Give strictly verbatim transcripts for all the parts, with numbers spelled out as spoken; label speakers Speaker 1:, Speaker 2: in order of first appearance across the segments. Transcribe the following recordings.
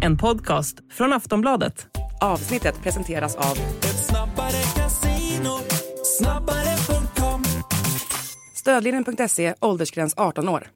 Speaker 1: En podcast från Aftonbladet.
Speaker 2: Avsnittet presenteras av
Speaker 3: Ett snabbare casino, snabbare punkt com.
Speaker 2: Stödlinjen punkt se, åldersgräns arton år.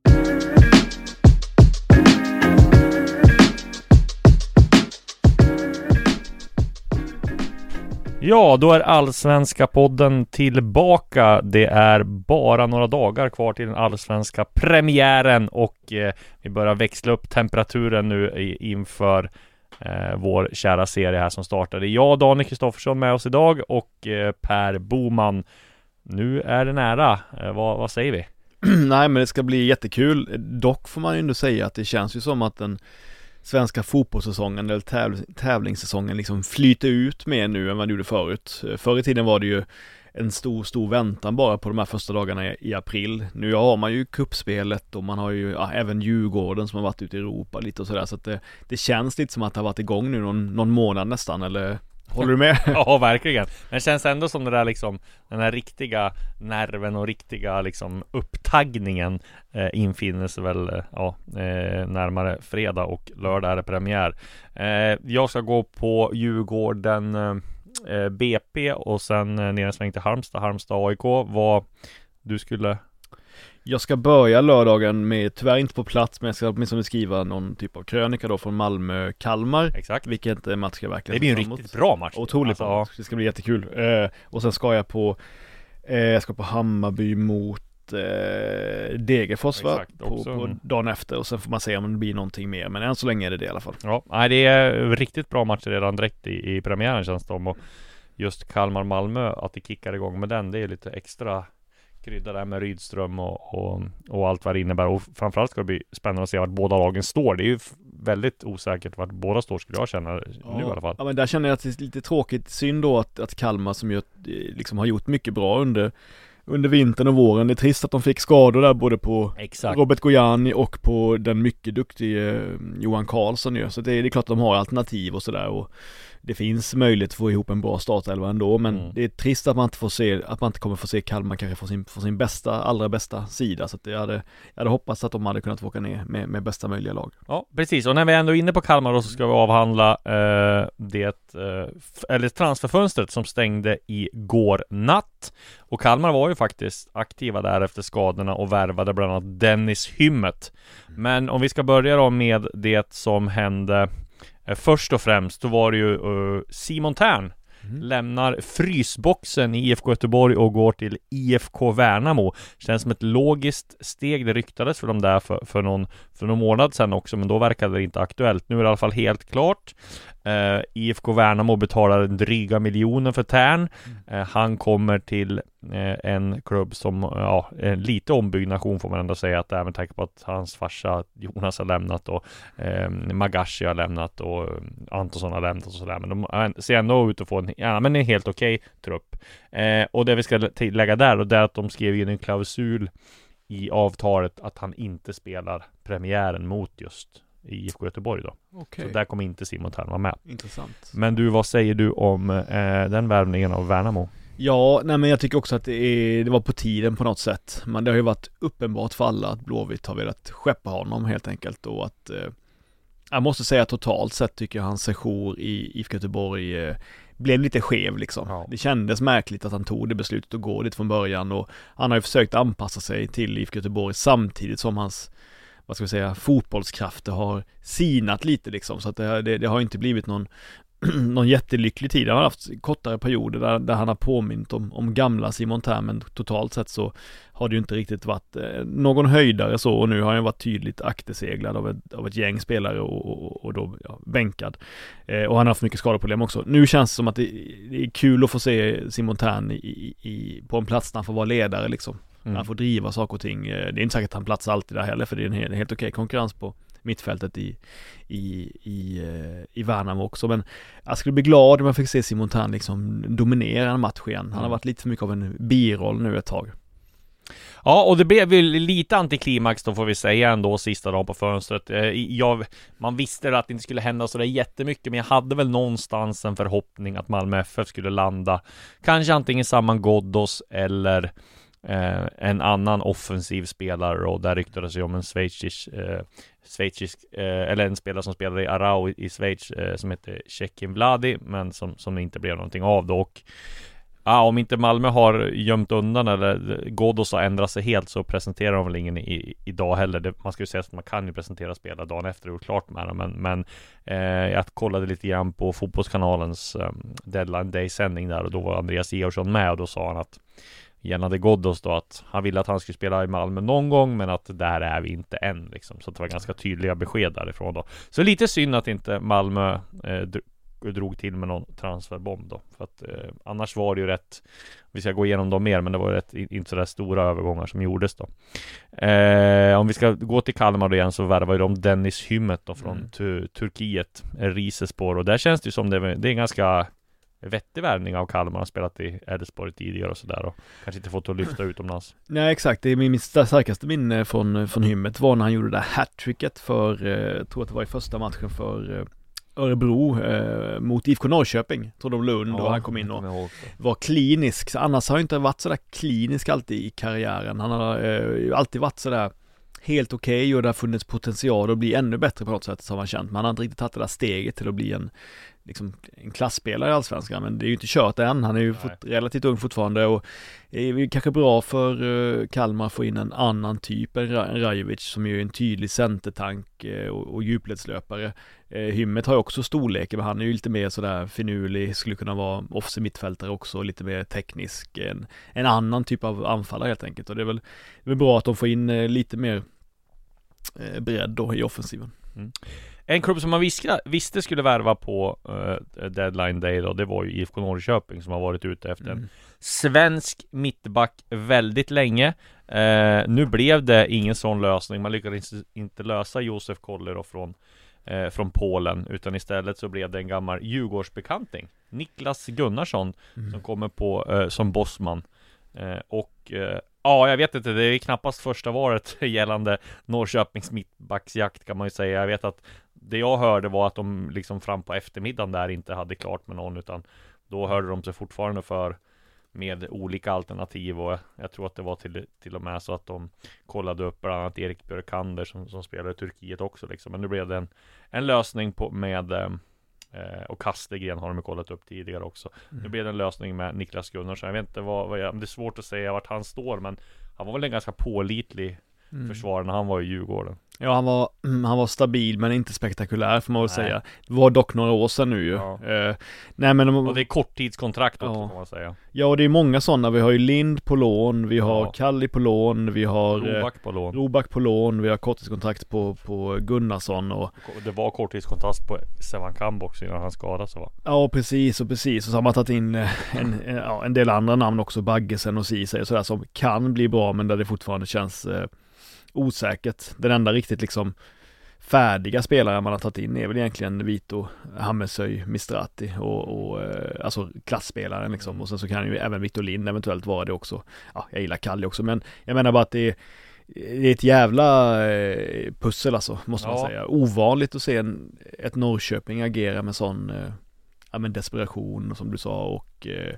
Speaker 4: Ja, då är Allsvenska podden tillbaka. Det är bara några dagar kvar till den allsvenska premiären och eh, vi börjar växla upp temperaturen nu i, inför eh, vår kära serie här som startade. Jag, Daniel Kristoffersson, med oss idag och eh, Per Boman. Nu är det nära. Eh, vad, vad säger vi?
Speaker 5: Nej, men det ska bli jättekul. Dock får man ju ändå säga att det känns ju som att den svenska fotbollssäsongen eller täv- tävlingssäsongen liksom flyter ut mer nu än vad det gjorde förut. Förr i tiden var det ju en stor, stor väntan bara på de här första dagarna i, i april. Nu har man ju kuppspelet och man har ju ja, även Djurgården som har varit ute i Europa lite och sådär. Så att det, det känns lite som att det har varit igång nu någon, någon månad nästan, eller håller du med?
Speaker 4: Ja, verkligen. Men det känns ändå som det där liksom, den här riktiga nerven och riktiga liksom upptaggningen eh, infinner sig väl eh, ja, eh, närmare fredag och lördag är det premiär. Eh, jag ska gå på Djurgården eh, B P och sen eh, ner en sväng till Halmstad, Halmstad A I K. Vad du skulle...
Speaker 5: Jag ska börja lördagen med, tyvärr inte på plats, men jag ska åtminstone skriva någon typ av krönika då från Malmö-Kalmar.
Speaker 4: Exakt.
Speaker 5: Vilket match ska verkligen...
Speaker 4: Det blir ju en riktigt bra match.
Speaker 5: Otroligt
Speaker 4: alltså,
Speaker 5: bra match. Det ska bli jättekul. Eh, och sen ska jag på eh, jag ska på Hammarby mot eh, Degerfors, va? På, på dagen efter. Och sen får man se om det blir någonting mer. Men än så länge är det det i alla fall.
Speaker 4: Ja, nej, det är riktigt bra match redan direkt i, i premiären känns det om. Och just Kalmar-Malmö, att det kickar igång med den, det är lite extra krydda där med Rydström och, och, och allt vad det innebär. Och framförallt ska det bli spännande att se vart båda lagen står. Det är ju f- väldigt osäkert vart båda står, skulle jag känna
Speaker 5: ja.
Speaker 4: nu i alla fall.
Speaker 5: Ja, men där känner jag att det är lite tråkigt. Synd då att, att Kalmar som ju, liksom har gjort mycket bra under, under vintern och våren. Det är trist att de fick skador där både på
Speaker 4: Exakt.
Speaker 5: Robert Gojani och på den mycket duktiga Johan Karlsson ju. Så det är, det är klart att de har alternativ och sådär, och det finns möjlighet att få ihop en bra startelva ändå, men mm. det är trist att man inte får se, att man inte kommer få se Kalmar kanske få sin, få sin bästa, allra bästa sida. Så att jag hade, jag hade hoppats att de hade kunnat få åka ner med, med bästa möjliga lag.
Speaker 4: Ja, precis. Och när vi är ändå är inne på Kalmar då, så ska vi avhandla eh, det eh, f- eller transferfönstret som stängde i går natt. Och Kalmar var ju faktiskt aktiva där efter skadorna och värvade bland annat Dennis Hymmet. Men om vi ska börja då med det som hände först och främst, då var det ju uh, Simon Tern mm. lämnar frysboxen i I F K Göteborg och går till I F K Värnamo. Känns som ett logiskt steg. Det ryktades för dem där för, för, någon, för någon månad sedan också, men då verkade det inte aktuellt. Nu är det i alla fall helt klart. Uh, I F K Värnamo betalar en dryga miljonen för Tern. Mm. Uh, han kommer till uh, en klubb som, ja, uh, en lite ombyggnation får man ändå säga, att även tänker på att hans farsa Jonas har lämnat och uh, Magashi har lämnat och uh, Antonsson har lämnat och sådär, men de uh, ser ändå ut att få en, ja, men en helt okej okay trupp. Uh, och det vi ska lägga där, och det är att de skrev in en klausul i avtalet att han inte spelar premiären mot just i I F K Göteborg då. Okay. Så där kommer inte Simon Tern vara med.
Speaker 5: Intressant.
Speaker 4: Men du, vad säger du om eh, den värvningen av Värnamo?
Speaker 5: Ja, nej men jag tycker också att det, är, det var på tiden på något sätt. Men det har ju varit uppenbart för alla att Blåvitt har velat skeppa honom helt enkelt. Och att eh, jag måste säga totalt sett tycker jag hans sejour i I F K Göteborg eh, blev lite skev liksom. Ja. Det kändes märkligt att han tog det beslutet att gå dit från början, och han har ju försökt anpassa sig till I F K Göteborg samtidigt som hans, vad ska vi säga, fotbollskrafter har sinat lite liksom, så att det, det, det har inte blivit någon någon jättelycklig tid. Han har haft kortare perioder där, där han har påmint om, om gamla Simon Tern, men totalt sett så har det ju inte riktigt varit eh, någon höjdare så, och nu har han varit tydligt akterseglad av ett, av ett gäng spelare och, och, och då ja, bänkad. Eh, och han har haft mycket skadeproblem också. Nu känns det som att det, det är kul att få se Simon Tern i, i, på en plats där han får vara ledare liksom. Mm. Han får driva saker och ting. Det är inte säkert att han platsar alltid där heller, för det är en helt, helt okej konkurrens på mittfältet i, i, i, i Värnamo också. Men jag skulle bli glad om jag fick se Simon Tern liksom dominera en match igen. Han har varit lite för mycket av en biroll nu ett tag.
Speaker 4: Ja, och det blev väl lite antiklimax då får vi säga ändå sista dagen på fönstret. Jag, man visste att det inte skulle hända så där jättemycket, men jag hade väl någonstans en förhoppning att Malmö F F skulle landa kanske antingen samman Ghoddos eller eh, en annan offensiv spelare, och där ryktades ju om en schweizisk, eh, schweizisk eh, eller en spelare som spelade i Arau i, i Schweiz eh, som heter Shekin Vladi, men som, som inte blev någonting av då. Och ja, om inte Malmö har gömt undan eller Ghoddos har ändrat sig helt, så presenterar de väl ingen i, idag heller. Det, man ska ju säga att man kan ju presentera spelare dagen efter och klart med dem, men, men eh, jag kollade lite grann på Fotbollskanalens um, Deadline Day-sändning där, och då var Andreas Georgsson med, och då sa han att gällande Ghoddos då, att han ville att han skulle spela i Malmö någon gång, men att där är vi inte än liksom. Så det var ganska tydliga besked därifrån då. Så lite synd att inte Malmö eh, drog till med någon transferbomb då, för att eh, annars var det ju rätt, vi ska gå igenom dem mer, men det var rätt, inte så där stora övergångar som gjordes då. Eh, om vi ska gå till Kalmar då igen, så värvar ju de Dennis Hymmet då från mm. tu- Turkiet, Rizespor, och där känns det ju som det, det är en ganska vettig värvning av Kalmar. Har spelat i Elfsborg tidigare och sådär, och kanske inte fått att lyfta utomlands.
Speaker 5: Nej, exakt. Det är min starkaste minne från, från Hymmet var när han gjorde det där hattricket för, eh, jag tror att det var i första matchen för eh, Örebro eh, mot I F K Norrköping, tror de Lund, ja, och han kom in och var klinisk. Så annars har han inte varit så där klinisk alltid i karriären. Han har eh, alltid varit så där helt okej okay, och det har funnits potential att bli ännu bättre på något sätt, som man känt. Man har inte riktigt tagit det där steget till att bli en, liksom, en klassspelare i Allsvenskan, men det är ju inte kört än. Han är ju fort, relativt ung fortfarande, och är ju kanske bra för uh, Kalmar att få in en annan typ än Rajovic, som är ju en tydlig centertank uh, och, och djupledslöpare. Uh, Hymmet har ju också storlek, men han är ju lite mer sådär finurlig, skulle kunna vara offensiv mittfältare också, lite mer teknisk, en, en annan typ av anfallare helt enkelt, och det är väl, det är väl bra att de får in uh, lite mer uh, bredd då i offensiven.
Speaker 4: Mm. En klubb som man visste, visste skulle värva på uh, Deadline Day då, det var ju I F K Norrköping, som har varit ute efter en mm. svensk mittback väldigt länge. Uh, nu blev det ingen sån lösning. Man lyckades inte lösa Josef Koller från, uh, från Polen, utan istället så blev det en gammal Djurgårdsbekanting, Niklas Gunnarsson, mm. som kommer på uh, som bossman. Uh, och uh, ja, jag vet inte, det är knappast första varet gällande Norrköpings mittbacksjakt, kan man ju säga. Jag vet att det jag hörde var att de liksom fram på eftermiddagen där inte hade klart med någon, utan då hörde de sig fortfarande för med olika alternativ, och jag tror att det var till, till och med så att de kollade upp bland annat Erik Björkander som, som spelar i Turkiet också liksom. Men nu blev det en, en lösning på, med eh, och Kastegren har de kollat upp tidigare också. Mm. Nu blev det en lösning med Niklas Gunnarsson. Jag vet inte vad, vad jag, det är svårt att säga vart han står, men han var väl en ganska pålitlig mm. försvarare när han var i Djurgården.
Speaker 5: Ja, han var, han var stabil men inte spektakulär, får man väl säga. Det var dock några år sedan nu ju.
Speaker 4: Ja.
Speaker 5: Uh, nej, men,
Speaker 4: och det är korttidskontrakt också,
Speaker 5: ja.
Speaker 4: får man säga.
Speaker 5: Ja, och det är många sådana. Vi har ju Lind på lån, vi har
Speaker 4: ja.
Speaker 5: Kalli på lån, vi har
Speaker 4: Roback på lån,
Speaker 5: Roback på lån, vi har korttidskontrakt på, på Gunnarsson. Och
Speaker 4: det var korttidskontrakt på Sevan Kamp också innan han skadade sig, va?
Speaker 5: Ja, precis och precis. Och så har man tagit in en, en, ja, en del andra namn också, Baggesen och Ceesay och sådär, som kan bli bra, men där det fortfarande känns eh, osäkert. Den enda riktigt liksom färdiga spelare man har tagit in är väl egentligen Vito Hammershøi Mistrati och, och eh, alltså klassspelaren liksom, och sen så kan ju även Victor Lind eventuellt vara det också. Ja, jag gillar Kalli också, men jag menar bara att det är, det är ett jävla eh, pussel alltså, måste man ja. säga. Ovanligt att se en, ett Norrköping agera med sån eh, ja, men desperation som du sa, och eh,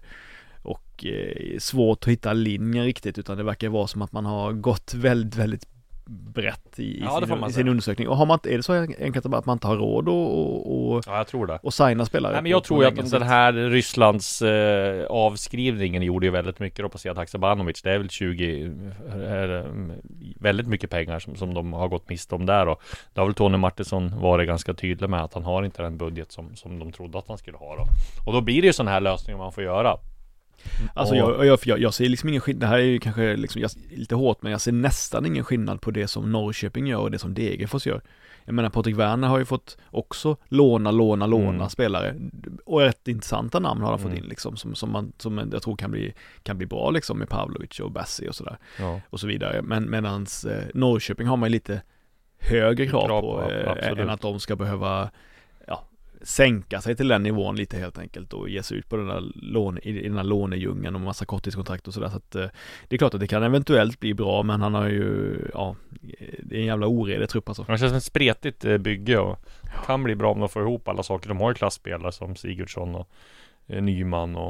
Speaker 5: och eh, svårt att hitta linjen riktigt, utan det verkar vara som att man har gått väldigt, väldigt brett i,
Speaker 4: ja,
Speaker 5: i, sin, i sin undersökning. Och har man, är det så enkelt att man inte har råd och, och,
Speaker 4: ja, jag tror det.
Speaker 5: och signa spelare?
Speaker 4: Nej, men jag tror ju att den här Rysslands eh, avskrivningen gjorde ju väldigt mycket då på Sead Haksabanovic. Det är väl tjugo eh, väldigt mycket pengar som, som de har gått miste om där, och det har väl Tony Martinsson varit ganska tydlig med, att han har inte den budget som, som de trodde att han skulle ha då. Och då blir det ju sån här lösningar man får göra.
Speaker 5: Alltså jag, jag, jag, jag ser liksom ingen skillnad. Det här är ju kanske liksom, jag, lite hårt, men jag ser nästan ingen skillnad på det som Norrköping gör och det som Degerfors gör. Jag menar, Patrik Werner har ju fått också låna, låna, låna mm. spelare, och rätt intressanta namn har han mm. fått in liksom, som, som, man, som jag tror kan bli, kan bli bra liksom, med Pavlovic och Bassi och sådär ja. och så vidare. Men medans eh, Norrköping har man lite högre krav, krav på, på eh, än att de ska behöva sänka sig till den nivån lite helt enkelt och ge sig ut på den där lån, i, i den här lånedjungeln och massa korttidskontrakt och sådär, så att eh, det är klart att det kan eventuellt bli bra, men han har ju, ja, det är en jävla oredig trupp alltså.
Speaker 4: Det känns som ett spretigt eh, bygge, och kan bli bra om de får ihop alla saker. De har ju klassspelare som Sigurdsson och eh, Nyman och
Speaker 5: ja,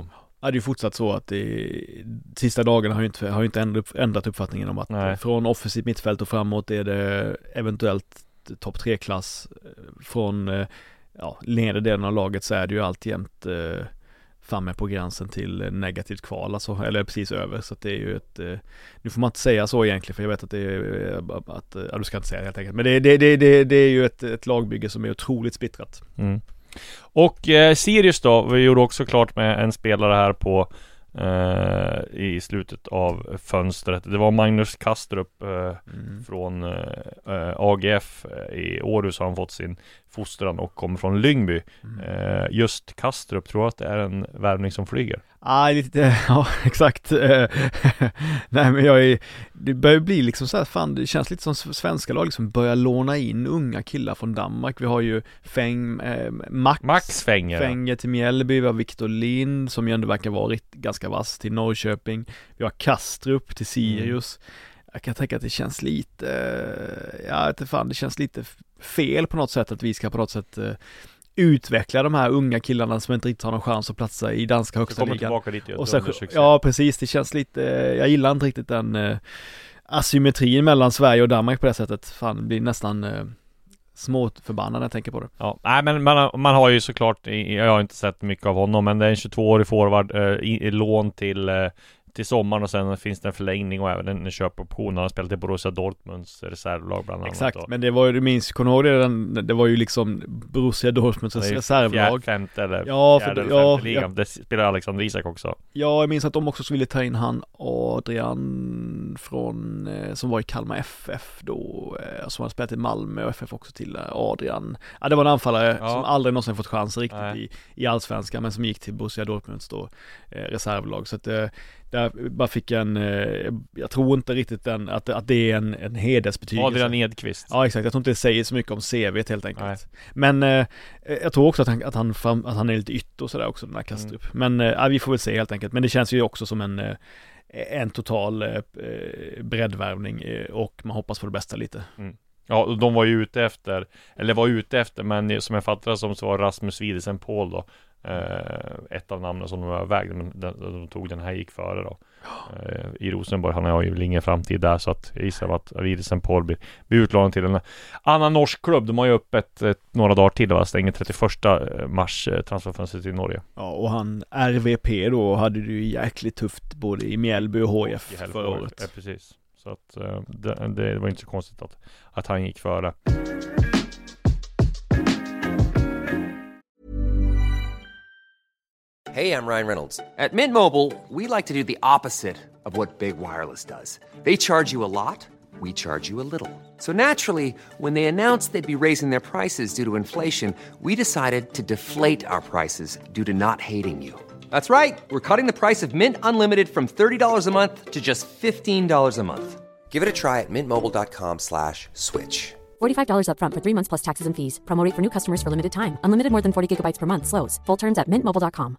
Speaker 5: Ja, det är ju fortsatt så att det, sista dagarna har ju inte, har ju inte ändrat, ändrat uppfattningen om att
Speaker 4: Nej.
Speaker 5: från offensivt mittfält och framåt är det eventuellt topp tre-klass. Från ja, nedre delen av laget så är det ju alltjämt eh, framme på gränsen till negativt kval, alltså, eller precis över. Så att det är ju ett, eh, nu får man inte säga så egentligen, för jag vet att det är, att, ja, du ska inte säga det helt enkelt. Men det, det, det, det, det är ju ett, ett lagbygge som är otroligt splittrat.
Speaker 4: Mm. Och eh, Sirius då, vi gjorde också klart med en spelare här på eh, i slutet av fönstret. Det var Magnus Kastrup eh, mm. från eh, A G F i Århus, har han fått sin fostran och kommer från Lyngby. Mm. Eh, just Kastrup, tror jag att det är en värvning som flyger.
Speaker 5: Ah, lite, ja, exakt. Nej, men jag är, det börjar bli liksom så här, fan, det känns lite som svenska lag liksom börjar låna in unga killar från Danmark. Vi har ju Fäng, eh, Max,
Speaker 4: Max Fänger,
Speaker 5: Fänger till Mjällby, vi har Victor Lind som ju ändå verkar vara riktigt, ganska vass till Norrköping. Vi har Kastrup till Sirius. Mm. Jag kan tänka att det känns lite, ja, inte fan, det känns lite fel på något sätt att vi ska på något sätt utveckla de här unga killarna som inte riktigt har någon chans att platsa i danska högsta ligan.
Speaker 4: Tillbaka dit,
Speaker 5: och sen, ja, precis, det känns lite, jag gillar inte riktigt den eh, asymmetrin mellan Sverige och Danmark på det sättet. Fan, det blir nästan eh, småt förbannad när jag tänker på det.
Speaker 4: Ja, nej, men man, man har ju såklart, jag har inte sett mycket av honom, men det är en tjugotvåårig forward eh, i, i lån till eh, till sommaren, och sen finns det en förlängning och även en köpoption. Han har spelat i Borussia Dortmunds reservlag bland annat.
Speaker 5: Exakt,
Speaker 4: då.
Speaker 5: Men det var ju, du minns, kommer ihåg det, den, det var ju liksom Borussia Dortmunds reservlag.
Speaker 4: Fjärde, femte eller
Speaker 5: ja,
Speaker 4: fjärde
Speaker 5: för,
Speaker 4: eller
Speaker 5: ja,
Speaker 4: femte ligan.
Speaker 5: Ja.
Speaker 4: Det spelar Alexander Isak också.
Speaker 5: Ja, jag minns att de också ville ta in han Adrian från, eh, som var i Kalmar F F då, eh, som hade spelat i Malmö och F F också till eh, Adrian. Ja, det var en anfallare ja. som aldrig någonsin fått chansen riktigt i, i allsvenskan, men som gick till Borussia Dortmunds då, eh, reservlag. Så att eh, där bara fick en, eh, jag tror inte riktigt den, att, att det är en, en hedersbetygelse.
Speaker 4: Adrian Edqvist.
Speaker 5: Ja, exakt. Jag tror inte det säger så mycket om C V:t helt enkelt. Nej. Men eh, jag tror också att han, att han, fram, att han är lite ytter och sådär också, den här Kastrup. Mm. Men eh, vi får väl se helt enkelt. Men det känns ju också som en, eh, en total eh, breddvärvning eh, och man hoppas på det bästa lite. Mm.
Speaker 4: Ja, de var ju ute efter, eller var ute efter, men som jag fattar som så var Rasmus Widesen Paul då. Uh, ett av namnen som de övervägde, men de, de tog den här gick före då. Uh, i Rosenborg, han har ju väl ingen framtid där, så att jag gissar att Widesen Paul blir, blir utlånad till en annan norsk klubb. De har ju öppet ett, några dagar till, va? Stänger trettioförsta mars uh, transferfönstret i Norge.
Speaker 5: Ja, och han R V P då hade det ju jäkligt tufft både i Mjällby och H F och förra året.
Speaker 4: Ja, precis. Så att uh, det, det var inte så konstigt att, att han gick före.
Speaker 6: Hey, I'm Ryan Reynolds. At Mint Mobile, we like to do the opposite of what Big Wireless does. They charge you a lot, we charge you a little. So naturally, when they announced they'd be raising their prices due to inflation, we decided to deflate our prices due to not hating you. That's right. We're cutting the price of Mint Unlimited from thirty dollars a month to just fifteen dollars a month. Give it a try at mintmobile.com slash switch.
Speaker 7: forty-five dollars up front for three months plus taxes and fees. Promo rate for new customers for limited time. Unlimited more than forty gigabytes per month. Slows full terms at mint mobile dot com.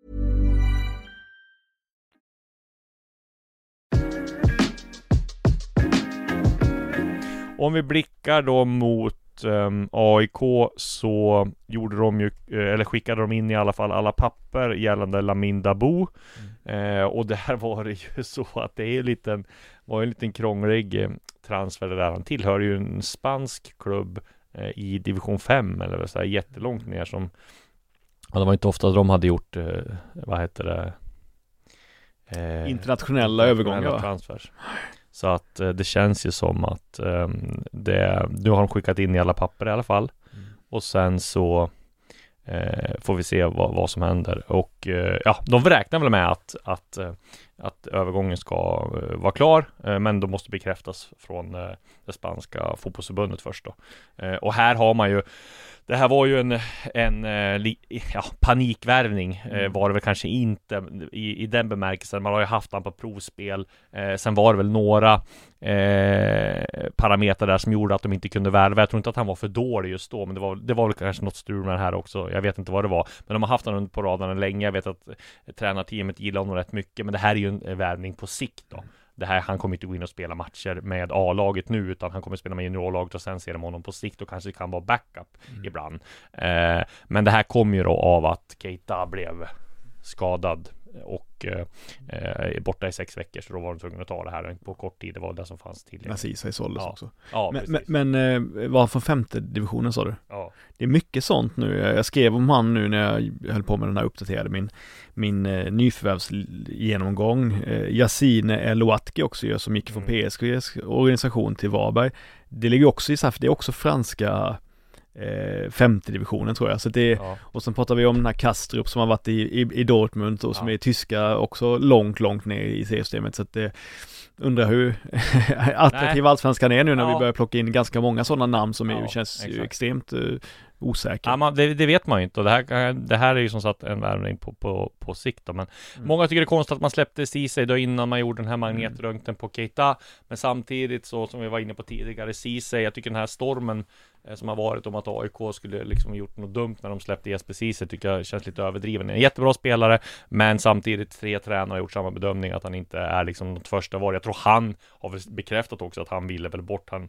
Speaker 4: Om vi blickar då mot um, A I K, så gjorde de ju, eller skickade de in i alla fall alla papper gällande Lamin Dabou. Mm. Eh, och där var det ju så att det är en liten, var en liten krånglig eh, transfer där. Han tillhör ju en spansk klubb eh, i division fem, eller så här jättelångt ner, som, ja, det var inte ofta de hade gjort eh, vad heter det
Speaker 5: eh, internationella övergångar,
Speaker 4: transfers. Så att eh, det känns ju som att eh, det, nu har de skickat in i alla papper i alla fall. Mm. Och sen så eh, får vi se vad, vad som händer. Och eh, ja, de räknar väl med att, att, eh, att övergången ska eh, vara klar. Eh, men de måste bekräftas från eh, det spanska fotbollsförbundet först då. Eh, och här har man ju, det här var ju en, en ja, panikvärvning eh, var det väl kanske inte i, i den bemärkelsen. Man har ju haft han på provspel. Eh, sen var det väl några eh, parametrar där som gjorde att de inte kunde värva. Jag tror inte att han var för dålig just då, men det var, det var väl kanske något strul med det här också. Jag vet inte vad det var. Men de har haft honom på radarna länge. Jag vet att tränarteamet gillar honom rätt mycket. Men det här är ju en värvning på sikt då. Det här, han kommer inte gå in och spela matcher med A-laget nu, utan han kommer spela med juniorlaget och sen ser de honom på sikt och kanske kan vara backup mm. ibland. Eh, men det här kommer ju då av att Keita blev skadad och eh, borta i sex veckor, så då var de tvungna att ta det här på kort tid. Det var det som fanns till.
Speaker 5: Precis, i såldes
Speaker 4: ja.
Speaker 5: också.
Speaker 4: Ja,
Speaker 5: men,
Speaker 4: precis.
Speaker 5: men, men eh, var från femte divisionen sa du?
Speaker 4: Ja.
Speaker 5: Det är mycket sånt nu. Jag skrev om han nu när jag höll på med den här uppdaterade min, min eh, nyförvärvsgenomgång. Eh, Yassine El-Ouatki också gör, som gick från
Speaker 4: Mm.
Speaker 5: P S G:s organisation till Varberg. Det ligger också i S A F, det är också franska eh, femte divisionen tror jag. Så det,
Speaker 4: Ja.
Speaker 5: och sen pratar vi om den här Kastrup som har varit i, i, i Dortmund och som
Speaker 4: Ja.
Speaker 5: är tyska också långt, långt ner i seriesystemet. Så att det undrar hur attraktiv allsvenskan är nu när
Speaker 4: Ja.
Speaker 5: vi börjar plocka in ganska många sådana namn som är,
Speaker 4: Ja,
Speaker 5: känns ju
Speaker 4: exakt.
Speaker 5: extremt uh, osäkra.
Speaker 4: Ja, man, det, det vet man ju inte, och det här, det här är ju som sagt en värvning på, på, på sikt då. Men
Speaker 5: Mm.
Speaker 4: många tycker det är konstigt att man släppte Ceesay då innan man gjorde den här magnetröntgen på Keita, men samtidigt så som vi var inne på tidigare, Ceesay, jag tycker den här stormen eh, som har varit om att A I K skulle liksom ha gjort något dumt när de släppte Jesper Ceesay tycker jag känns lite överdriven. En jättebra spelare, men samtidigt tre tränare har gjort samma bedömning att han inte är liksom något första val. Jag tror han har väl bekräftat också att han ville väl bort, han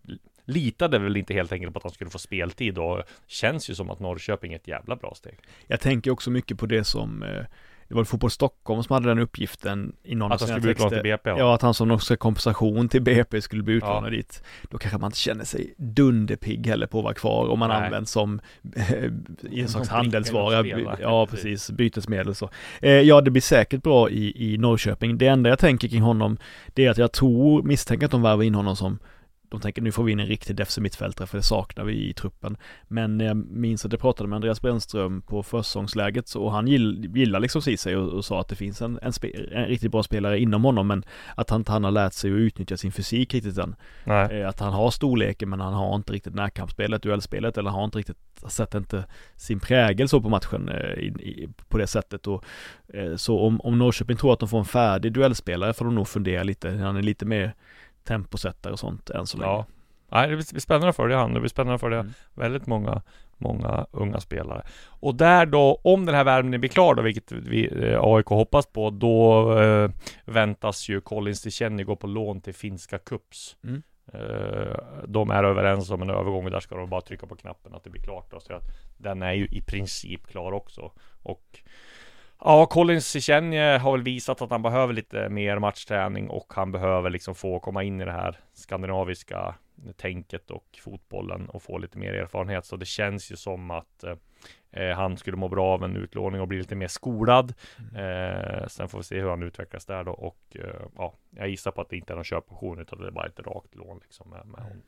Speaker 4: litade väl inte helt enkelt på att han skulle få speltid, och känns ju som att Norrköping är ett jävla bra steg.
Speaker 5: Jag tänker också mycket på det som eh, det var Fotboll Stockholm som hade den uppgiften i någon
Speaker 4: Att
Speaker 5: av
Speaker 4: han
Speaker 5: sina
Speaker 4: skulle bli utlånad
Speaker 5: texter.
Speaker 4: till B P. Ja.
Speaker 5: Ja, att han som också kompensation till B P skulle bli utlånad
Speaker 4: Ja.
Speaker 5: dit. Då kanske man inte känner sig dunderpigg heller på att vara kvar om man
Speaker 4: Nej.
Speaker 5: används som eh, i en slags
Speaker 4: Som
Speaker 5: handelsvara.
Speaker 4: brickor och spelare.
Speaker 5: Ja, precis. Bytesmedel så. Eh, ja, det blir säkert bra i, i Norrköping. Det enda jag tänker kring honom, det är att jag tror, misstänker att de värvar in honom som de tänker nu får vi in en riktig defensiv mittfältare, för det saknar vi i truppen. Men jag minns att jag pratade med Andreas Brännström på försäsongsläget, så, och han gill, gillar liksom Ceesay och, och sa att det finns en, en, spe, en riktigt bra spelare inom honom, men att han, han har lärt sig att utnyttja sin fysik riktigt än.
Speaker 4: Nej.
Speaker 5: Eh, att han har storleken, men han har inte riktigt närkampsspelet, duellspelet, eller har inte riktigt sett inte sin prägel så på matchen eh, i, i, på det sättet. Och, eh, så om, om Norrköping tror att de får en färdig duellspelare får de nog fundera lite. Han är lite mer temposättare och sånt än så länge.
Speaker 4: Ja. Nej, det blir spännande att följa han. Det blir spännande att följa
Speaker 5: Mm.
Speaker 4: väldigt många, många unga spelare. Och där då, om den här värvningen blir klar då, vilket vi eh, A I K hoppas på, då eh, väntas ju Collins Tisheni gå på lån till finska Kups.
Speaker 5: Mm.
Speaker 4: Eh, de är överens om en övergång och där ska de bara trycka på knappen att det blir klart då, så att den är ju i princip klar också. Och ja, Collins Tisheni har väl visat att han behöver lite mer matchträning och han behöver liksom få komma in i det här skandinaviska tänket och fotbollen och få lite mer erfarenhet. Så det känns ju som att eh, han skulle må bra av en utlåning och bli lite mer skolad. Eh, sen får vi se hur han utvecklas där då. Och eh, ja, jag gissar på att det inte är någon köpoption utan det är bara ett rakt lån liksom med, med honom.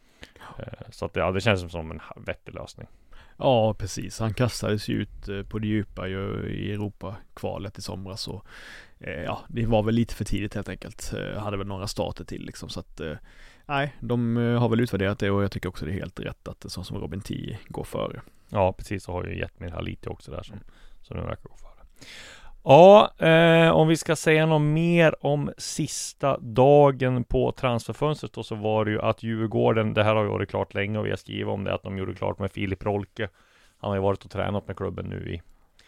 Speaker 4: Eh, så att det, ja, det känns som en vettig lösning.
Speaker 5: Ja, precis. Han kastades ju ut eh, på det djupa ju, i Europa-kvalet i somras. Så, eh, ja, det var väl lite för tidigt helt enkelt. Eh, hade väl några starter till liksom. Så att, eh, nej, de eh, har väl utvärderat det och jag tycker också det är helt rätt att det som, som Robin Tii går före.
Speaker 4: Ja, precis. Så har ju gett mig här lite också där som, som nu verkar gå före. Ja, eh, om vi ska säga något mer om sista dagen på transferfönstret då, så var det ju att Djurgården, det här har ju varit klart länge och vi har skrivit om det, att de gjorde klart med Filip Rolke. Han har ju varit och tränat med klubben nu i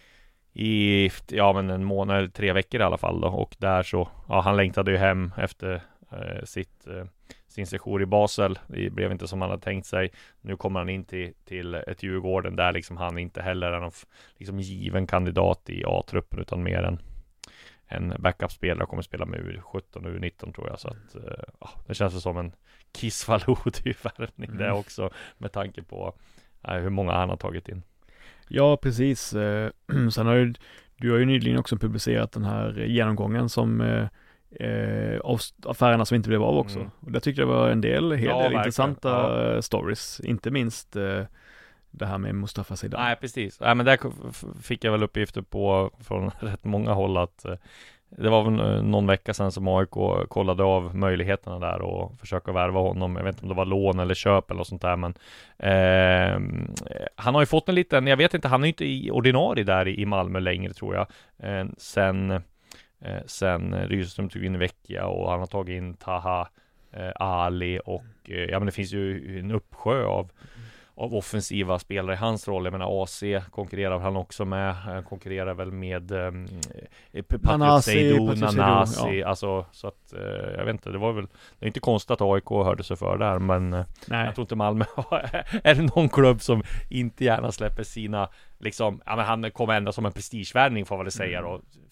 Speaker 4: i ja men en månad eller tre veckor i alla fall då, och där så, ja han längtade ju hem efter eh, sitt eh, sin session i Basel. Det blev inte som han hade tänkt sig. Nu kommer han in till, till ett Djurgården där liksom han inte heller är någon liksom given kandidat i A-truppen utan mer en, en backup-spelare, kommer spela med U sjutton och U nitton tror jag. Så att, eh, det känns som en kissvalod-värvning mm. det också med tanke på eh, hur många han har tagit in.
Speaker 5: Ja, precis. Eh, sen har ju, du har ju nyligen också publicerat den här genomgången som eh, Eh, av affärerna som inte blev av också. Mm. Och där tyckte jag var en del, hel
Speaker 4: ja,
Speaker 5: del intressanta
Speaker 4: ja.
Speaker 5: stories. Inte minst eh, det här med Mustafa Zidane.
Speaker 4: Nej, precis. Nej, men där fick jag väl uppgifter på från rätt många håll att eh, det var väl någon vecka sedan som A I K kollade av möjligheterna där och försöka värva honom. Jag vet inte om det var lån eller köp eller sånt där, men eh, han har ju fått en liten, jag vet inte, han är ju inte i ordinarie där i Malmö längre tror jag. Eh, sen Eh, sen Rydström tog in Vecchia och han har tagit in Taha, eh, Ali och eh, ja men det finns ju en uppsjö av, av offensiva spelare i hans roll. Jag menar A C konkurrerar han också med, han konkurrerar väl med eh, Patriot Seydou, Nanasi, ja. Alltså så att eh, jag vet inte, det var väl, det är inte konstigt att A I K hörde sig för där, men eh, jag tror inte Malmö är det någon klubb som inte gärna släpper sina liksom, ja men han kommer ändå som en prestigevärvning får man väl säga då,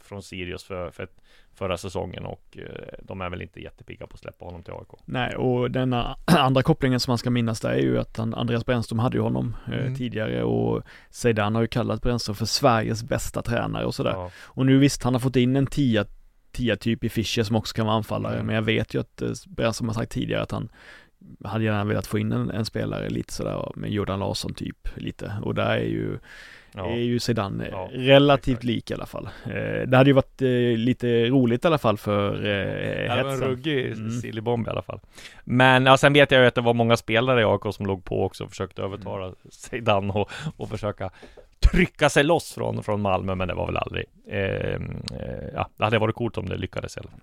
Speaker 4: från Sirius för, för förra säsongen och eh, de är väl inte jättepigga på att släppa honom till A I K.
Speaker 5: Nej, och denna andra kopplingen som man ska minnas där är ju att han, Andreas Brännström hade ju honom eh,
Speaker 4: Mm.
Speaker 5: tidigare och Zeidan har ju kallat Brännström för Sveriges bästa tränare och sådär.
Speaker 4: Ja.
Speaker 5: Och nu visst, han har fått in en tia, tia typ i Fischer som också kan vara anfallare,
Speaker 4: Mm.
Speaker 5: men jag vet ju att eh, Brännström har sagt tidigare att han hade gärna velat få in en, en spelare lite sådär med Jordan Larsson typ lite, och där är ju
Speaker 4: Ja.
Speaker 5: är ju sedan eh,
Speaker 4: Ja,
Speaker 5: relativt
Speaker 4: exakt.
Speaker 5: lik i alla fall. Eh, det hade ju varit eh, lite roligt i alla fall för eh,
Speaker 4: Det var en
Speaker 5: hetsen.
Speaker 4: ruggig
Speaker 5: Mm.
Speaker 4: sillybomb i alla fall. Men ja, sen vet jag ju att det var många spelare i A I K som låg på också och försökte övertala
Speaker 5: Mm.
Speaker 4: Zeidan och, och försöka trycka sig loss från, från Malmö, men det var väl aldrig eh, eh, ja, det hade varit coolt om det lyckades heller.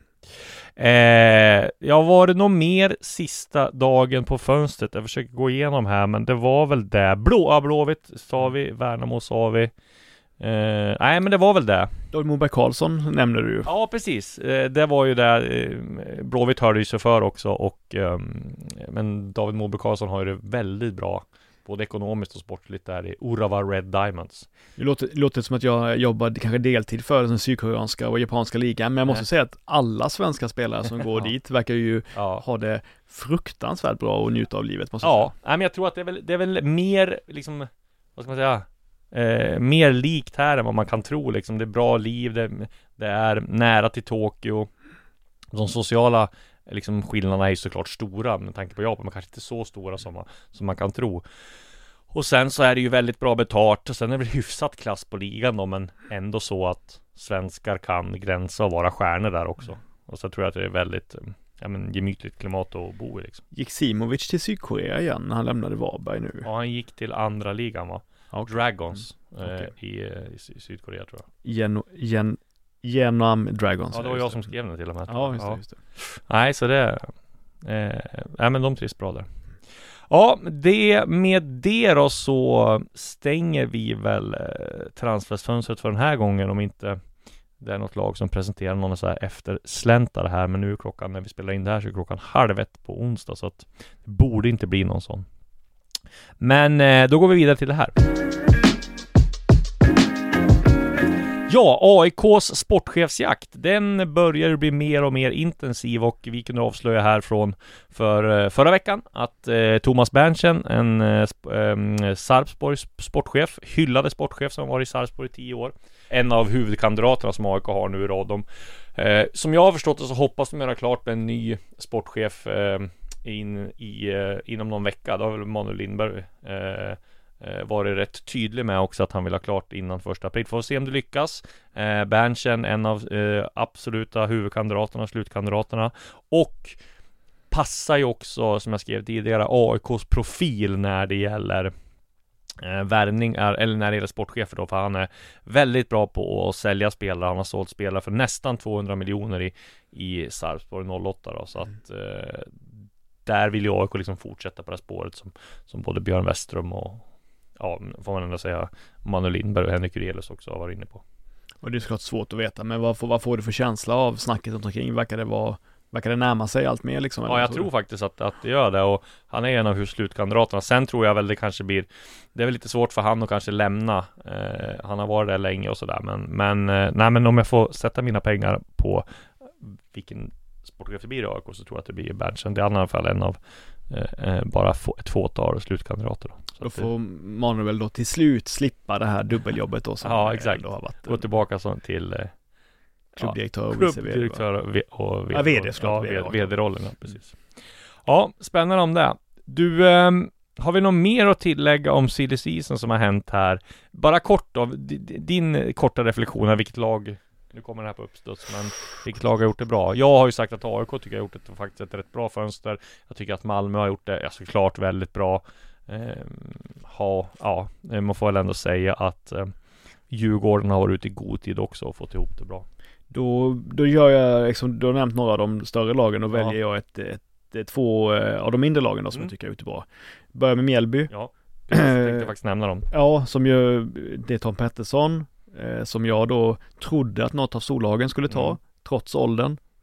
Speaker 4: Eh, ja, var det nog mer sista dagen på fönstret? Jag försöker gå igenom här, men det var väl det. Blå, ja, Blåvitt sa vi, Värnamo sa vi. Eh, nej, men det var väl det.
Speaker 5: David Moberg Karlsson nämnde du ju.
Speaker 4: Ja, precis. Eh, det var ju där eh, Blåvitt hörde ju sig för också och ehm, men David Moberg Karlsson har ju det väldigt bra både ekonomiskt och sportligt där i Urawa Red Diamonds.
Speaker 5: Det låter, det låter som att jag jobbade kanske deltid för den sydkoreanska och japanska ligan, men jag måste
Speaker 4: Nej.
Speaker 5: säga att alla svenska spelare som går
Speaker 4: Ja.
Speaker 5: dit verkar ju
Speaker 4: Ja.
Speaker 5: ha det fruktansvärt bra och njuta av livet, måste jag
Speaker 4: Ja, nej, men jag tror att det är väl, det är väl mer liksom, vad ska man säga, eh, mer likt här än vad man kan tro liksom. Det är bra liv, det, det är nära till Tokyo. De sociala liksom skillnaderna är ju såklart stora med tanke på Japan, men kanske inte så stora som man, som man kan tro. Och sen så är det ju väldigt bra betalt och sen är det väl hyfsat sätt på ligan då, men ändå så att svenskar kan gränsa och vara stjärnor där också. Och så tror jag att det är väldigt ja, men, gemytligt klimat att bo i liksom.
Speaker 5: Gick Simovic till Sydkorea igen när han lämnade Varberg nu?
Speaker 4: Ja, han gick till andra ligan va?
Speaker 5: Ja, okej.
Speaker 4: Dragons
Speaker 5: Mm.
Speaker 4: eh,
Speaker 5: Okej.
Speaker 4: i, i, Sy- Sydkorea tror jag.
Speaker 5: Gen, gen, Genam Dragons.
Speaker 4: Ja, det var
Speaker 5: just
Speaker 4: jag som skrev den till och med.
Speaker 5: Ja, just det, just det.
Speaker 4: Nej, så det eh, nej, men de trivs bra där. Ja, det, med det då så stänger vi väl eh, transferfönstret för den här gången, om inte det är något lag som presenterar någon så här efter släntare här, men nu är klockan, när vi spelar in det här så är klockan halv ett på onsdag, så att det borde inte bli någon sån. Men eh, då går vi vidare till det här. Ja, A I K:s sportchefsjakt, den börjar bli mer och mer intensiv och vi kunde avslöja här från för, förra veckan att eh, Thomas Berntsen, en eh, eh, Sarpsborgs sportchef, hyllade sportchef som var i Sarpsborg i tio år, en av huvudkandidaterna som A I K har nu i rad. De, eh, som jag har förstått det så hoppas de göra klart med en ny sportchef eh, in, i, eh, inom någon vecka. Då har väl Manuel Lindberg eh, varit rätt tydlig med också att han vill ha klart innan första april. Får se om det lyckas. Eh, Berntsen, en av eh, absoluta huvudkandidaterna, slutkandidaterna, och passar ju också, som jag skrev tidigare, A I K:s profil när det gäller eh, värvning, är, eller när det gäller sportchefer då, för han är väldigt bra på att sälja spelare. Han har sålt spelare för nästan tvåhundra miljoner i, i Sarpsborg noll åtta då, så att eh, där vill ju A I K liksom fortsätta på det spåret som, som både Björn Westström och ja, får man ändå säga Manuel Lindberg och Henrik Urelius också har varit inne på.
Speaker 5: Och det är såklart svårt att veta, men vad får, vad får du för känsla av snacket runt omkring? Verkar det vara, verkar det närma sig allt mer liksom?
Speaker 4: Ja, jag tror faktiskt att, att det gör det, och han är en av slutkandidaterna. Sen tror jag väl det kanske blir, det är väl lite svårt för han att kanske lämna. Eh, han har varit där länge och sådär, men, men, eh, nej, men om jag får sätta mina pengar på vilken sportchef det blir i A I K så tror jag att det blir Berntsen. Det är i alla fall en av eh, bara få, ett fåtal slutkandidater då. Så
Speaker 5: då får Manuel då till slut slippa det här dubbeljobbet då som
Speaker 4: ja, exakt.
Speaker 5: då har varit
Speaker 4: gå tillbaka så till eh,
Speaker 5: klubbdirektör och
Speaker 4: klubbdirektör och, v- och
Speaker 5: ja, vd såklart.
Speaker 4: ja, vd-rollen, ja, precis. Ja, spännande om det. Du, eh, har vi något mer att tillägga om silly season som har hänt här? Bara kort då, d- d- din korta reflektion av vilket lag, nu kommer den här på uppstuds, men vilket lag har gjort det bra? Jag har ju sagt att A I K tycker jag har gjort ett, faktiskt ett rätt bra fönster. Jag tycker att Malmö har gjort det, ja, såklart väldigt bra. Eh, ha, ja, man får väl ändå säga att eh, Djurgården har varit ute i god tid också och fått ihop det bra.
Speaker 5: Då, då gör jag, liksom, du har nämnt några av de större lagen och
Speaker 4: Ja.
Speaker 5: väljer jag ett, ett, ett, två eh, av de mindre lagen då, som
Speaker 4: Mm.
Speaker 5: jag tycker är ute bra. Börjar med Mjällby.
Speaker 4: Ja, jag tänkte faktiskt nämna dem.
Speaker 5: Ja, som ju, det är Tom Pettersson, eh, som jag då trodde att något av storlagen skulle ta,
Speaker 4: Mm.
Speaker 5: trots åldern.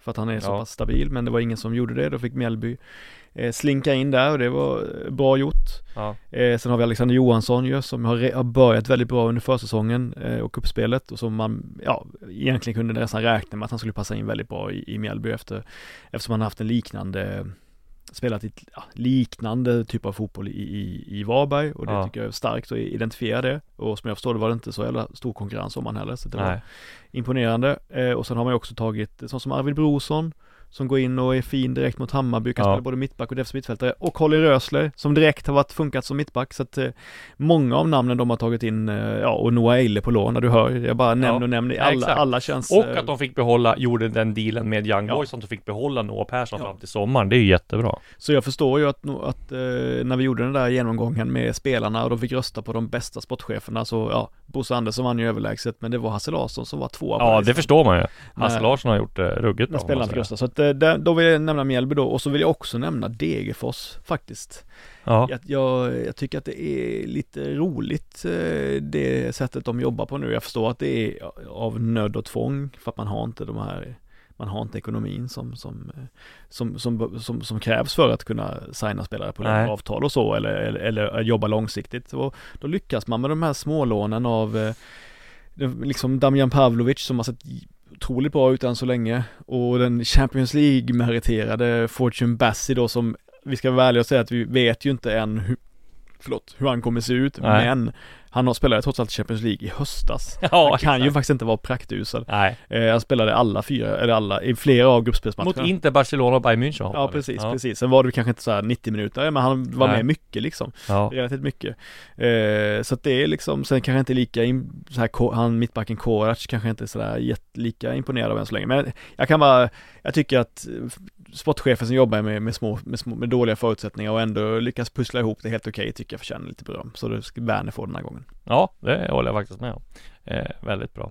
Speaker 5: för att han är
Speaker 4: Ja.
Speaker 5: så pass stabil, men det var ingen som gjorde det. Då fick Mjällby eh, slinka in där och det var bra gjort.
Speaker 4: Ja.
Speaker 5: Eh, sen har vi Alexander Johansson ju, som har, re- har börjat väldigt bra under försäsongen eh, och kuppspelet och som man ja, egentligen kunde nästan räkna med att han skulle passa in väldigt bra i, i Mjällby efter, eftersom han haft en liknande spelat i ja, liknande typ av fotboll i, i, i Varberg och det
Speaker 4: Ja.
Speaker 5: tycker jag är starkt att identifiera det och som jag förstår det var det inte så jävla stor konkurrens om han heller så det
Speaker 4: Nej.
Speaker 5: var imponerande eh, och sen har man ju också tagit sån som Arvid Brorsson som går in och är fin direkt mot Hammarby, kan
Speaker 4: Ja.
Speaker 5: spela både mittback och defensiv mittfältare och Colin Rösler som direkt har varit funkat som mittback så att eh, många av namnen de har tagit in eh, ja och Noah Eile på lån när du hör, jag bara nämner
Speaker 4: Ja.
Speaker 5: och nämner
Speaker 4: Ja,
Speaker 5: alla,
Speaker 4: exakt.
Speaker 5: alla känns
Speaker 4: Och
Speaker 5: eh,
Speaker 4: att de fick behålla, gjorde den dealen med Young
Speaker 5: Ja.
Speaker 4: Boys som de fick behålla Noah Persson
Speaker 5: Ja.
Speaker 4: fram till sommaren. Det är ju jättebra.
Speaker 5: Så jag förstår ju att, no- att eh, när vi gjorde den där genomgången med spelarna och de fick rösta på de bästa sportcheferna så ja, Bosse Andersson vann ju överlägset men det var Hasse Larsson som var tvåa på
Speaker 4: Ja,
Speaker 5: listan.
Speaker 4: det förstår man ju. Hasse
Speaker 5: Nej.
Speaker 4: Larsson har gjort det ruggigt
Speaker 5: När
Speaker 4: bra.
Speaker 5: spelarna
Speaker 4: måste
Speaker 5: fick
Speaker 4: jag
Speaker 5: rösta. Så att, eh, där, då vill jag nämna Mjällby då och så vill jag också nämna Degerfors faktiskt.
Speaker 4: Ja.
Speaker 5: Jag, jag, jag tycker att det är lite roligt eh, det sättet de jobbar på nu. Jag förstår att det är av nöd och tvång för att man har inte de här man har inte ekonomin som, som, som, som, som, som krävs för att kunna signa spelare på längre
Speaker 4: Nej.
Speaker 5: avtal och så eller, eller, eller jobba långsiktigt. Och då lyckas man med de här smålånen av eh, det- liksom Damjan Pavlovic som har sett otroligt bra ut än så länge och den Champions League-meriterade Fortune Bassi då som vi ska vara ärliga och säga att vi vet ju inte än hur, förlåt, hur han kommer se ut
Speaker 4: Nej.
Speaker 5: men han har spelat trots allt Champions League i höstas.
Speaker 4: Ja,
Speaker 5: han kan ju
Speaker 4: exakt.
Speaker 5: faktiskt inte vara praktusel.
Speaker 4: Nej.
Speaker 5: Eh, han spelade alla fyra, eller alla, i flera av gruppspelsmatcherna.
Speaker 4: Mot Inter, Barcelona och Bayern München hoppade.
Speaker 5: Ja precis,
Speaker 4: ja.
Speaker 5: precis. Sen var det kanske inte så här nittio minuter, men han var
Speaker 4: Nej.
Speaker 5: med mycket liksom.
Speaker 4: Ja.
Speaker 5: Relativt mycket. Eh, så att det är liksom, sen kanske inte lika, in, så här, Ko- han mittbacken Korac kanske inte är sådär jätt, lika imponerad av än så länge. Men jag kan bara, jag tycker att sportchefen som jobbar med, med, små, med, små, med dåliga förutsättningar och ändå lyckas pussla ihop det helt okej, tycker jag förtjänar lite beröm. Så det ska Werner få den här gången.
Speaker 4: Ja, det håller jag faktiskt med om. Eh, väldigt bra.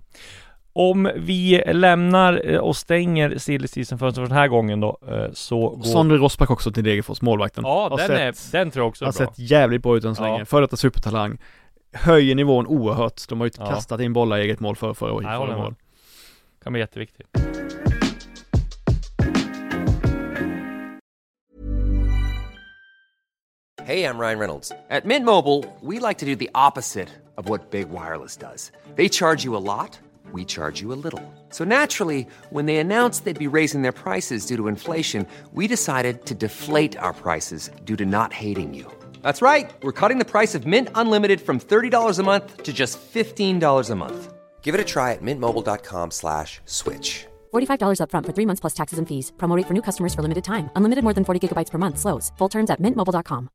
Speaker 4: Om vi lämnar eh, och stänger silly season för den här gången då, eh, så går...
Speaker 5: Sondre Rosback också till Degerfors, målvakten.
Speaker 4: Ja,
Speaker 5: Har
Speaker 4: den,
Speaker 5: sett-
Speaker 4: är, den tror jag också är
Speaker 5: har
Speaker 4: bra.
Speaker 5: sett jävligt bra ut än så
Speaker 4: Ja.
Speaker 5: länge. Före detta supertalang. Höjer nivån oerhört. De har ju
Speaker 4: Ja.
Speaker 5: kastat in bollar i eget mål för förra året.
Speaker 4: Nej, jag håller med. Kan bli jätteviktigt.
Speaker 6: Hey, I'm Ryan Reynolds. At Mint Mobile, we like to do the opposite of what Big Wireless does. They charge you a lot, we charge you a little. So naturally, when they announced they'd be raising their prices due to inflation, we decided to deflate our prices due to not hating you. That's right. We're cutting the price of Mint Unlimited from thirty dollars a month to just fifteen dollars a month. Give it a try at mintmobile.com slash switch.
Speaker 7: forty-five dollars up front for three months plus taxes and fees. Promo rate for new customers for limited time. Unlimited more than forty gigabytes per month slows. Full terms at mint mobile dot com.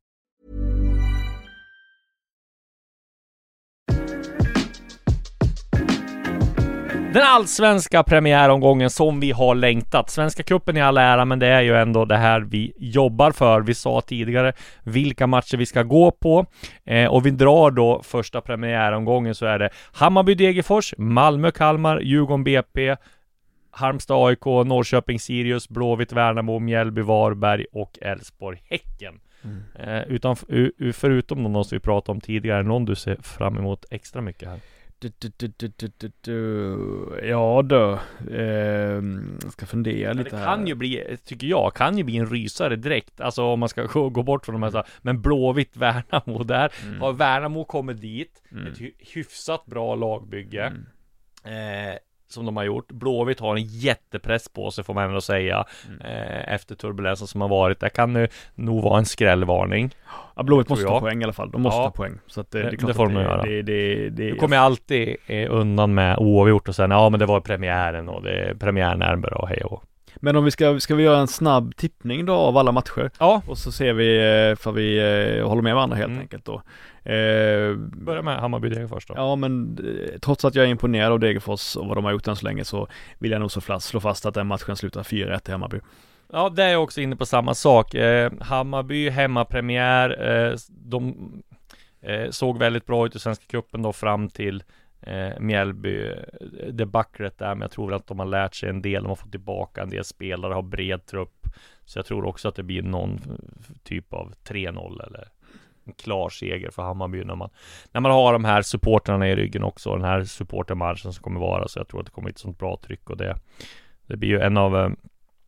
Speaker 4: Den allsvenska premiäromgången som vi har längtat. Svenska cupen i all ära, men det är ju ändå det här vi jobbar för. Vi sa tidigare vilka matcher vi ska gå på. Eh, och vi drar då första premiäromgången, så är det Hammarby-Degerfors, Malmö-Kalmar, Djurgården-B P, Halmstad-A I K, Norrköping-Sirius, Blåvitt-Värnamo, Mjällby-Varberg och Elfsborg-Häcken.
Speaker 5: Mm.
Speaker 4: Eh, utan, u, u, förutom de som vi pratade om tidigare, någon du ser fram emot extra mycket här?
Speaker 5: Du, du, du, du, du, du, du. Ja då, eh, jag ska fundera
Speaker 4: Men
Speaker 5: lite
Speaker 4: det
Speaker 5: här.
Speaker 4: kan ju bli, tycker jag, kan ju bli en rysare direkt. Alltså om man ska gå, gå bort från de här så här, men Blåvitt, Värnamo där.
Speaker 5: Mm.
Speaker 4: Har Värnamo kommit dit,
Speaker 5: Mm.
Speaker 4: ett hy- hyfsat bra lagbygge.
Speaker 5: Mm.
Speaker 4: Eh, som de har gjort. Blåvitt har en jättepress på sig, får man ändå säga.
Speaker 5: Mm.
Speaker 4: Eh, efter turbulensen som har varit. Det kan nu nog vara en skrällvarning.
Speaker 5: Ja, Blåvitt
Speaker 4: tror
Speaker 5: måste
Speaker 4: jag.
Speaker 5: ta poäng i alla fall. De måste
Speaker 4: Ja.
Speaker 5: ta poäng. Så att det,
Speaker 4: Det-
Speaker 5: det är klart
Speaker 4: det får
Speaker 5: att
Speaker 4: de göra.
Speaker 5: det, det, det, det,
Speaker 4: Du kommer jag alltid eh, undan med oavgjort och sen, ja men det var premiären och det är premiärnärmare och hej och.
Speaker 5: Men om vi ska, ska vi göra en snabb tippning då av alla matcher?
Speaker 4: Ja,
Speaker 5: Och så ser vi, eh, för vi eh, håller med varandra helt
Speaker 4: Mm.
Speaker 5: enkelt då. Eh,
Speaker 4: börja med Hammarby först då.
Speaker 5: Ja men eh, trots att jag är imponerad av Degerfors och vad de har gjort än så länge så vill jag nog så fast, slå fast att den matchen slutar fyra ett i Hammarby.
Speaker 4: Ja, det är jag också inne på samma sak. Eh, Hammarby, hemmapremiär. Eh, de eh, såg väldigt bra ut i Svenska cupen då fram till eh, Mjällby eh, debaclet där. Men jag tror att de har lärt sig en del. De har fått tillbaka en del spelare, har bred trupp. Så jag tror också att det blir någon f- typ av tre noll eller en klar seger för Hammarby när man, när man har de här supporterna i ryggen också. Den här supportermarschen som kommer vara. Så jag tror att det kommer ett sånt bra tryck och det, det blir ju en av... Eh,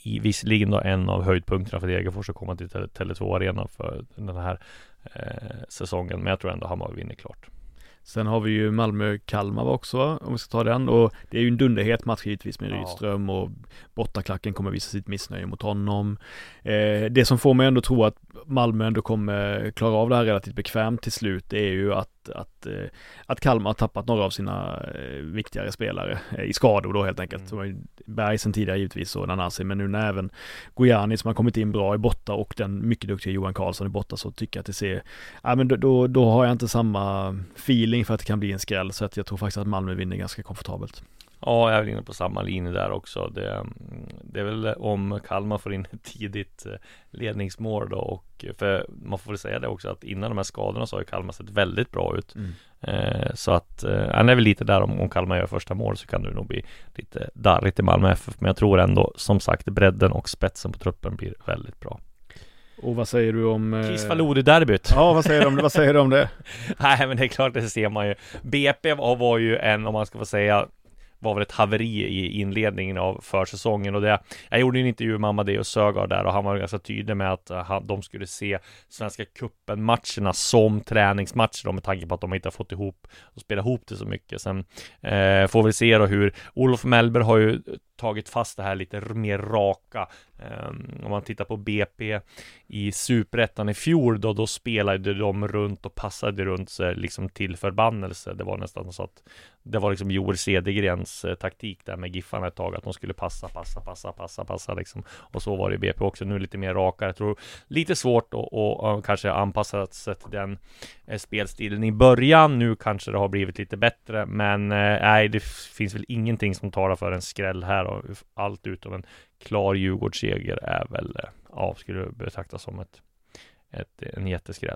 Speaker 4: i visserligen då en av höjdpunkterna för Degerfors att komma till Tele två Arena för den här eh, säsongen, men jag tror ändå Hammarby vinner klart.
Speaker 5: Sen har vi ju Malmö-Kalmar också, om vi ska ta den, och det är ju en dunderhet match givetvis med
Speaker 4: Ja.
Speaker 5: Rydström, och bortaklacken kommer visa sitt missnöje mot honom. Eh, det som får mig ändå tro att Malmö ändå kommer klara av det här relativt bekvämt till slut, det är ju att, att, eh, att Kalmar har tappat några av sina eh, viktigare spelare eh, i skador då helt enkelt. Mm. Berg sen tidigare givetvis och Nanasi, men nu när även Gojani som har kommit in bra i borta och den mycket duktiga Johan Karlsson i borta, så tycker jag att det ser, ja men då, då, då har jag inte samma feeling för att det kan bli en skräll, så att jag tror faktiskt att Malmö vinner ganska komfortabelt.
Speaker 4: Ja, jag är inne på samma linje där också. Det, det är väl om Kalmar får in ett tidigt ledningsmål då, och för man får väl säga det också att innan de här skadorna så har ju Kalmar sett väldigt bra ut. Mm. Eh, så att eh, han är väl lite där om, om Kalmar gör första mål så kan det nog bli lite darrigt i Malmö F F, men jag tror ändå som sagt bredden och spetsen på truppen blir väldigt bra.
Speaker 5: Och vad säger du om... Eh...
Speaker 4: Kis Faludi-derbyt.
Speaker 5: Ja, vad säger du om det? Vad säger du om det?
Speaker 4: Nej, men det är klart, det ser man ju. B P var ju en, om man ska få säga, var väl ett haveri i inledningen av försäsongen, och det, jag gjorde en intervju med Amadeus Sögaard där, och han var ganska tydlig med att han, de skulle se Svenska cupen-matcherna som träningsmatcher då, med tanke på att de inte har fått ihop och spela ihop det så mycket. Sen eh, får vi se då hur Olof Mellberg har ju tagit fast det här lite mer raka. Um, om man tittar på B P i Superettan i fjol då, då spelade de runt och passade runt sig liksom till förbannelse. Det var nästan så att det var liksom Joel Cedergrens eh, taktik där med Giffarna ett tag, att de skulle passa, passa, passa, passa, passa liksom. Och så var det i B P också, nu lite mer rakare. Jag tror lite svårt att och, och, kanske anpassa sig till den eh, spelstilen i början. Nu kanske det har blivit lite bättre, men eh, nej, det finns väl ingenting som talar för en skräll här, och allt utom en klar Djurgårdsseger är väl, ja, skulle betraktas som ett, ett, en jätteskräll.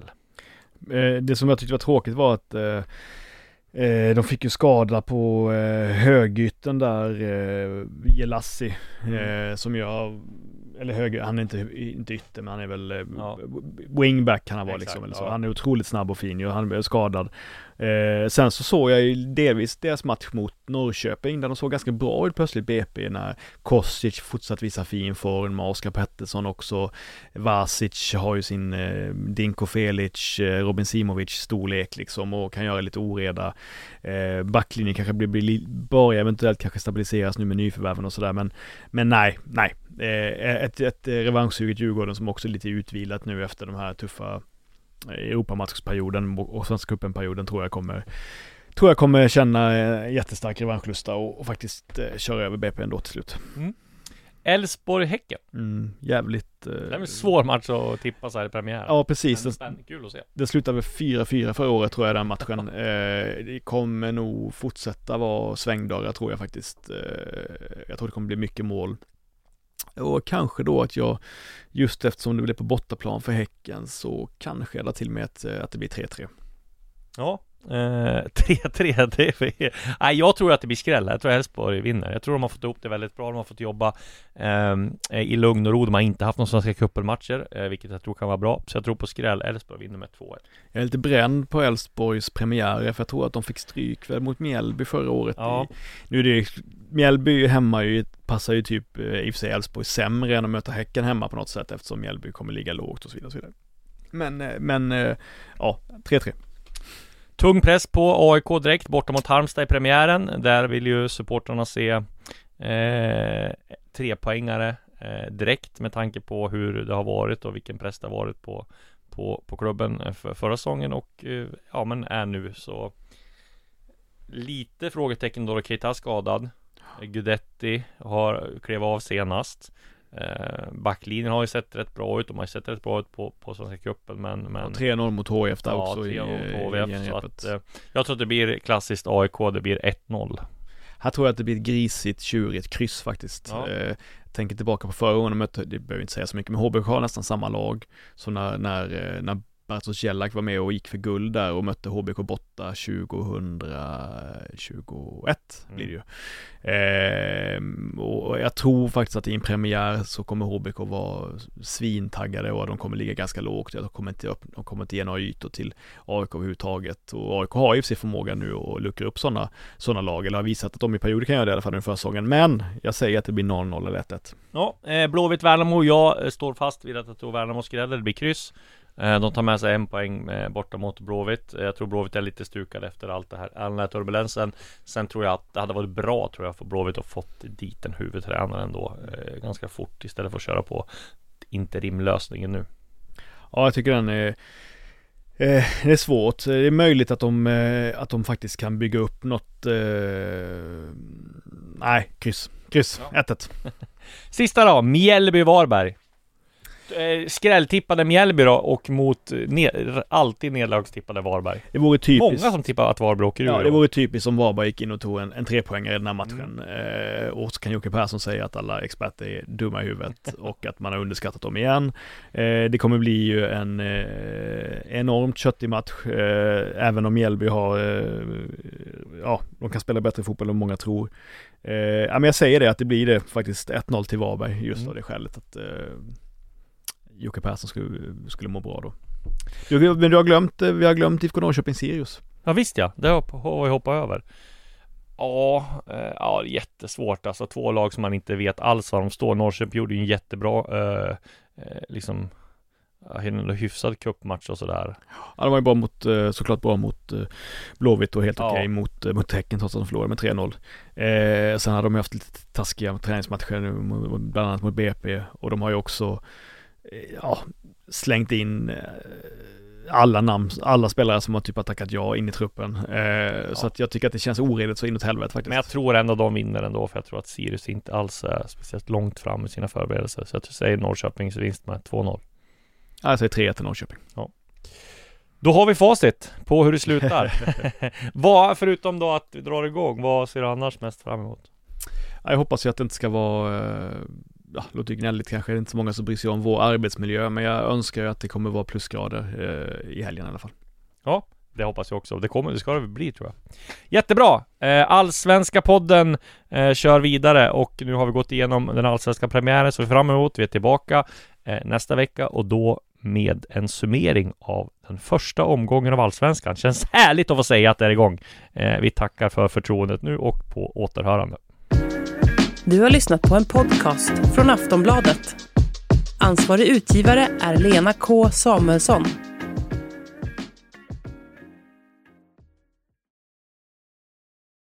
Speaker 5: Det som jag tyckte var tråkigt var att eh, de fick ju skada på eh, högytten där, eh, Jelassi, eh, som jag, eller höger, han är inte, inte ytter, men han är väl eh, ja. wingback kan han vara. Exakt, liksom, eller så. Ja. Han är otroligt snabb och fin, och han blev skadad. Eh, sen så såg jag ju delvis deras match mot Norrköping, där de såg ganska bra ut plötsligt, B P, när Kostic fortsatt visa fin form, Oskar Pettersson också, Vasic har ju sin eh, Dinko Felic, eh, Robin Simovic storlek liksom, och kan göra lite oreda. Eh, backlinjen kanske blir, blir börjar eventuellt kanske stabiliseras nu med nyförvärven och sådär, men, men nej, nej. Eh, ett, ett revanschsuget Djurgården som också är lite utvilat nu efter de här tuffa Europamatchsperioden och Svenska cupen-perioden, tror jag kommer tror jag kommer känna jättestark revanschlusta och, och faktiskt eh, köra över B P ändå till slut.
Speaker 4: Mm. Elfsborg-Häcken.
Speaker 5: Mm, jävligt... Eh...
Speaker 4: Det är en svår match att tippa så här i premiär.
Speaker 5: Ja, precis.
Speaker 4: Det är kul att se.
Speaker 5: Det slutade med fyra fyra förra året, tror jag, den matchen. eh, det kommer nog fortsätta vara svängdörrar, tror jag faktiskt. Eh, jag tror det kommer bli mycket mål. Och kanske då att jag, just eftersom det blir på bortaplan för Häcken, så kanske jag till med att, att det blir tre tre.
Speaker 4: Ja, eh, tre tre, det är... Nej, jag tror att det blir skräll. Jag tror Elfsborg vinner. Jag tror de har fått ihop det väldigt bra. De har fått jobba eh, i lugn och ro. De har inte haft någon Svenska cupen-matcher, eh, vilket jag tror kan vara bra. Så jag tror på skräll. Elfsborg vinner med två ett.
Speaker 5: Jag är lite bränd på Elfsborgs premiär, för jag tror att de fick stryk väl mot Mjällby förra året.
Speaker 4: Ja.
Speaker 5: I, nu är det Mjällby hemma ju, passar ju typ i och för sig Elfsborg sämre än att möta Häcken hemma på något sätt, eftersom Mjällby kommer ligga lågt och så vidare. Och så vidare. Men, men ja, tre tre.
Speaker 4: Tung press på A I K direkt borta mot Halmstad i premiären. Där vill ju supporterna se eh, trepoängare eh, direkt, med tanke på hur det har varit och vilken press det har varit på, på, på klubben för, förra säsongen och eh, ja, men är nu så lite frågetecken då. Keita skadad. Gudetti har klev av senast. Eh, backlinjen har ju sett rätt bra ut, och man har sett rätt bra ut på, på Svenska cupen, men, men...
Speaker 5: tre noll mot H I F där
Speaker 4: ja,
Speaker 5: också
Speaker 4: tre noll
Speaker 5: i,
Speaker 4: mot H I F,
Speaker 5: i
Speaker 4: så att, eh, jag tror att det blir klassiskt A I K, det blir ett noll.
Speaker 5: Här tror jag att det blir ett grisigt, tjurigt kryss faktiskt.
Speaker 4: Ja.
Speaker 5: Eh, tänker tillbaka på förra gången de mötte, det behöver inte säga så mycket, men H B K har nästan samma lag som när, när, när Bartosz Jelak var med och gick för guld där och mötte H B K borta tjugohundratjugoett blir det ju. Eh, och jag tror faktiskt att i en premiär så kommer H B K vara svintaggade och de kommer ligga ganska lågt. De kommer inte, upp, de kommer inte ge några ytor till A I K överhuvudtaget. Och A I K har ju sig förmåga nu att luckra upp sådana sådana lag, eller har visat att de i perioder kan göra det i alla fall den förra säsongen. Men jag säger att det blir noll noll eller ett ett.
Speaker 4: Ja, eh, Blåvitt-Värnamo, jag står fast vid att jag tror Värnamo skräller, det blir kryss. eh, De tar med sig en poäng eh, borta mot Blåvitt. eh, Jag tror Blåvitt är lite stukad efter allt det här, all den här turbulensen. Sen tror jag att det hade varit bra tror jag för Blåvitt att fått dit en huvudtränare ändå eh, ganska fort istället för att köra på interimlösningen nu.
Speaker 5: Ja, jag tycker den är Eh, det är svårt. Det är möjligt att de, eh, att de faktiskt kan bygga upp något. Eh, nej, kryss. Kryss, ja. ett ett.
Speaker 4: Sista då, Mjällby-Varberg. Eh, skrälltippade Mjällby då och mot ned, alltid nedlagstippade Varberg.
Speaker 5: Det vore typiskt.
Speaker 4: Många som tippar att Varberg åker ur.
Speaker 5: Ja, det vore typiskt om Varberg gick in och tog en, en trepoängare i den här matchen. Mm. Eh, och så kan Jocke Persson säga att alla experter är dumma i huvudet och att man har underskattat dem igen. Eh, det kommer bli ju en eh, enormt köttig match. Eh, även om Mjällby har eh, ja, de kan spela bättre fotboll än många tror. Eh, ja, men jag säger det att det blir det faktiskt ett noll till Varberg just mm. av det skälet att eh, Jocke Persson skulle, skulle må bra då. Du, men du har glömt, vi har glömt I F K Norrköping-Sirius.
Speaker 4: Ja visst ja, det har vi hoppat över. Ja, eh, ja, jättesvårt. Alltså två lag som man inte vet alls var de står. Norrköping gjorde ju en jättebra eh, eh, liksom en hyfsad cupmatch och sådär.
Speaker 5: Ja, det var ju bra mot, såklart bra mot Blåvitt och helt
Speaker 4: ja.
Speaker 5: okej mot, mot Häcken trots att de förlorade med tre noll. Eh, sen hade de haft lite taskiga träningsmatcher bland annat mot B P och de har ju också ja, slängt in alla namn, alla spelare som har typ tackat ja in i truppen. Eh, ja. Så att jag tycker att det känns oredigt så inåt helvete faktiskt.
Speaker 4: Men jag tror ändå de vinner ändå för jag tror att Sirius inte alls är speciellt långt fram i sina förberedelser. Så jag säger Norrköpings vinst med två noll.
Speaker 5: Ja, jag säger tre ett till Norrköping.
Speaker 4: Ja. Då har vi facit på hur det slutar. Vad, förutom då att vi drar igång, vad ser du annars mest fram emot?
Speaker 5: Ja, jag hoppas ju att det inte ska vara ja, låter ju gnälligt kanske, det är inte så många som bryr sig om vår arbetsmiljö, men jag önskar ju att det kommer vara plusgrader eh, i helgen i alla fall.
Speaker 4: Ja, det hoppas jag också. Det kommer, det ska det bli tror jag. Jättebra! Eh, Allsvenska podden eh, kör vidare och nu har vi gått igenom den allsvenska premiären så vi är fram emot. Vi är tillbaka eh, nästa vecka och då med en summering av den första omgången av Allsvenskan. Känns härligt att få säga att det är igång. Eh, vi tackar för förtroendet nu och på återhörande.
Speaker 1: Du har lyssnat på en podcast från Aftonbladet. Ansvarig utgivare är Lena K. Samuelsson.